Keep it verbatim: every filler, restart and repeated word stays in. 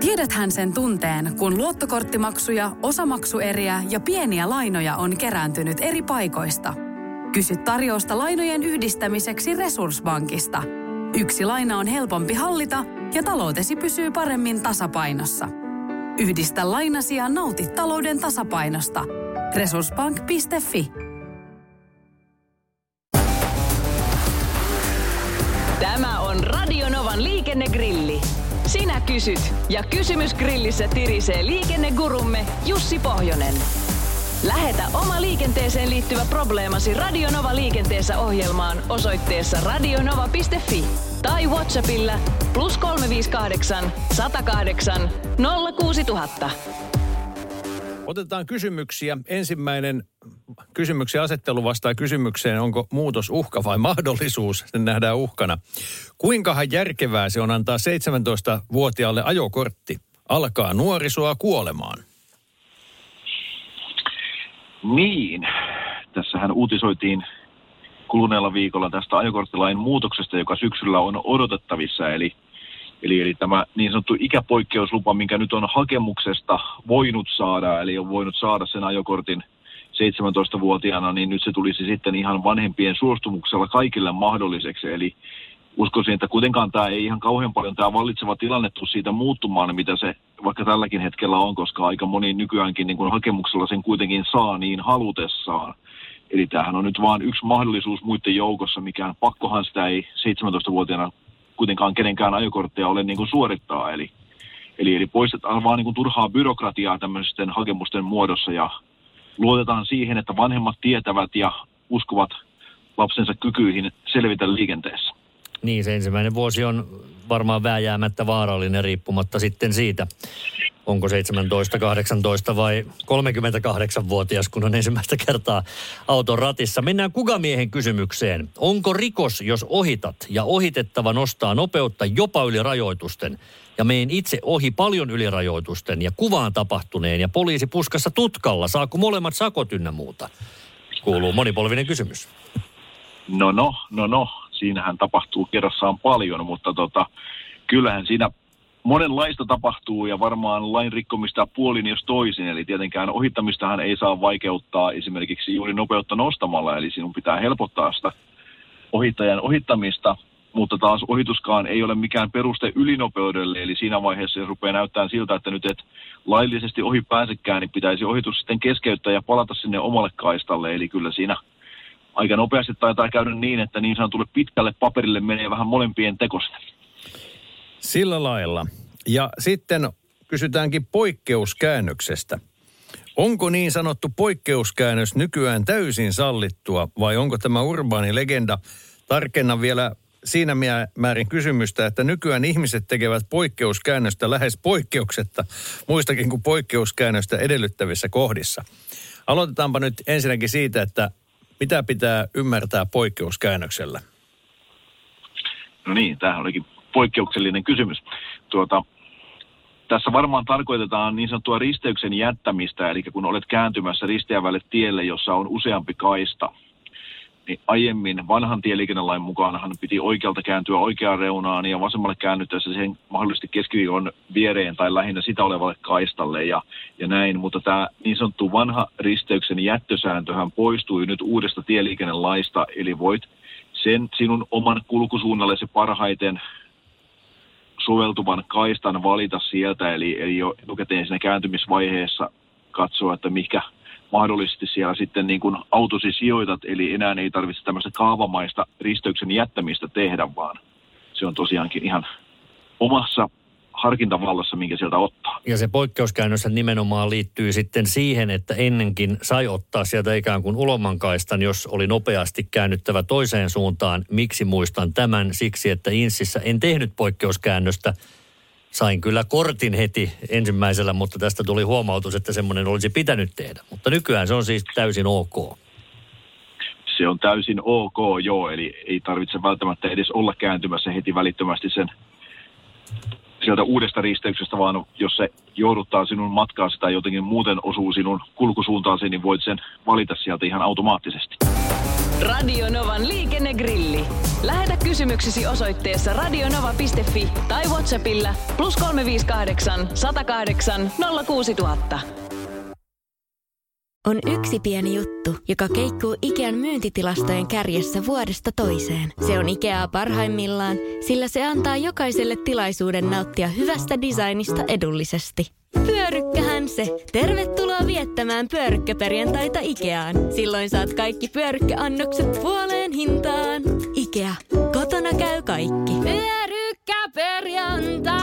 Tiedäthän sen tunteen, kun luottokorttimaksuja, osamaksueriä ja pieniä lainoja on kerääntynyt eri paikoista. Kysy tarjousta lainojen yhdistämiseksi Resurssbankista. Yksi laina on helpompi hallita ja taloutesi pysyy paremmin tasapainossa. Yhdistä lainasi ja nauti talouden tasapainosta. Resurssbank piste fi. Tämä on Radio Novan liikennegrilli. Sinä kysyt ja kysymys grillissä tirisee liikennegurumme Jussi Pohjonen. Lähetä oma liikenteeseen liittyvä probleemasi Radio Nova liikenteessä ohjelmaan osoitteessa radionova piste fi tai WhatsAppilla plus kolme viisi kahdeksan, sata kahdeksan, nolla kuusi tuhatta. Otetaan kysymyksiä. Ensimmäinen kysymyksen asettelu vastaa kysymykseen, onko muutos uhka vai mahdollisuus. Sen nähdään uhkana. Kuinkahan järkevää se on antaa seitsemäntoistavuotiaalle ajokortti? Alkaa nuorisoa kuolemaan. Niin. Tässähän uutisoitiin kuluneella viikolla tästä ajokorttilain muutoksesta, joka syksyllä on odotettavissa. Eli, eli, eli tämä niin sanottu ikäpoikkeuslupa, minkä nyt on hakemuksesta voinut saada, eli on voinut saada sen ajokortin seitsemäntoistavuotiaana, niin nyt se tulisi sitten ihan vanhempien suostumuksella kaikille mahdolliseksi. Eli uskoisin, että kuitenkaan tämä ei ihan kauhean paljon tämä vallitseva tilanne tule siitä muuttumaan, mitä se vaikka tälläkin hetkellä on, koska aika moni nykyäänkin niin kuin hakemuksella sen kuitenkin saa niin halutessaan. Eli tämähän on nyt vaan yksi mahdollisuus muiden joukossa, mikään pakkohan sitä ei seitsemäntoistavuotiaana kuitenkaan kenenkään ajokorttia ole niin kuin suorittaa. Eli, eli, eli poistetaan vaan niin kuin turhaa byrokratiaa tämmöisten hakemusten muodossa ja luotetaan siihen, että vanhemmat tietävät ja uskovat lapsensa kykyihin selvitä liikenteessä. Niin, se ensimmäinen vuosi on varmaan vääjäämättä vaarallinen riippumatta sitten siitä, onko seitsemäntoista, kahdeksantoista vai kolmekymmentäkahdeksanvuotias, kun on ensimmäistä kertaa auton ratissa. Mennään kukamiehen kysymykseen. Onko rikos, jos ohitat ja ohitettava nostaa nopeutta jopa yli rajoitusten ja meen itse ohi paljon yli rajoitusten ja kuvaan tapahtuneen ja poliisi puskassa tutkalla? Saako molemmat sakot ynnä muuta? Kuuluu monipolvinen kysymys. No no, no no. Siinähän tapahtuu kerrassaan paljon, mutta tota, kyllähän siinä monenlaista tapahtuu ja varmaan lain rikkomista puolin jos toisin. Eli tietenkään ohittamistahan ei saa vaikeuttaa esimerkiksi juuri nopeutta nostamalla, eli sinun pitää helpottaa sitä ohittajan ohittamista, mutta taas ohituskaan ei ole mikään peruste ylinopeudelle, eli siinä vaiheessa, jos rupeaa näyttämään siltä, että nyt et laillisesti ohi pääsekään, niin pitäisi ohitus sitten keskeyttää ja palata sinne omalle kaistalle, eli kyllä siinä aika nopeasti taitaa käydä niin, että niin sanotulle pitkälle paperille menee vähän molempien tekosta. Sillä lailla. Ja sitten kysytäänkin poikkeuskäännöksestä. Onko niin sanottu poikkeuskäännös nykyään täysin sallittua vai onko tämä urbaani legenda? Tarkennan vielä siinä määrin kysymystä, että nykyään ihmiset tekevät poikkeuskäännöstä lähes poikkeuksetta, muistakin kuin poikkeuskäännöstä edellyttävissä kohdissa. Aloitetaanpa nyt ensinnäkin siitä, että mitä pitää ymmärtää poikkeuskäännöksellä? No niin, tämä olikin poikkeuksellinen kysymys. Tuota, tässä varmaan tarkoitetaan niin sanottua risteyksen jättämistä, eli kun olet kääntymässä risteävälle tielle, jossa on useampi kaista, niin aiemmin vanhan tieliikennelain mukaanhan piti oikealta kääntyä oikeaan reunaan ja vasemmalle käännyttäessä sen mahdollisesti keskiviivon viereen tai lähinnä sitä olevalle kaistalle ja, ja näin. Mutta tämä niin sanottu vanha risteyksen jättösääntöhän poistui nyt uudesta tieliikennelaista, eli voit sen sinun oman kulkusuunnallesi parhaiten soveltuvan kaistan valita sieltä, eli, eli jo etukäteen siinä kääntymisvaiheessa katsoa, että mikä mahdollisesti siellä sitten niin kuin autosi sijoitat, eli enää ei tarvitse tämmöistä kaavamaista risteyksen jättämistä tehdä, vaan se on tosiaankin ihan omassa harkintavallassa, minkä sieltä ottaa. Ja se poikkeuskäännös nimenomaan liittyy sitten siihen, että ennenkin sai ottaa sieltä ikään kuin ulomankaistan, jos oli nopeasti käännyttävä toiseen suuntaan. Miksi muistan tämän? Siksi, että Inssissä en tehnyt poikkeuskäännöstä. Sain kyllä kortin heti ensimmäisellä, mutta tästä tuli huomautus, että semmoinen olisi pitänyt tehdä. Mutta nykyään se on siis täysin ok. Se on täysin ok, joo. Eli ei tarvitse välttämättä edes olla kääntymässä heti välittömästi sen sieltä uudesta risteyksestä, vaan jos se jouduttaa sinun matkaasi tai jotenkin muuten osuu sinun kulkusuuntaasi, niin voit sen valita sieltä ihan automaattisesti. Radio Novan liikennegrilli. Lähetä kysymyksesi osoitteessa radionova piste fi tai WhatsAppilla plus kolme viisi kahdeksan, sata kahdeksan, nolla kuusi tuhatta. On yksi pieni juttu, joka keikkuu Ikean myyntitilastojen kärjessä vuodesta toiseen. Se on Ikeaa parhaimmillaan, sillä se antaa jokaiselle tilaisuuden nauttia hyvästä designista edullisesti. Pyörykkähän se! Tervetuloa viettämään pyörykkäperjantaita Ikeaan. Silloin saat kaikki pyörykkäannokset puoleen hintaan. Ikea. Kotona käy kaikki. Pyörykkäperjantai!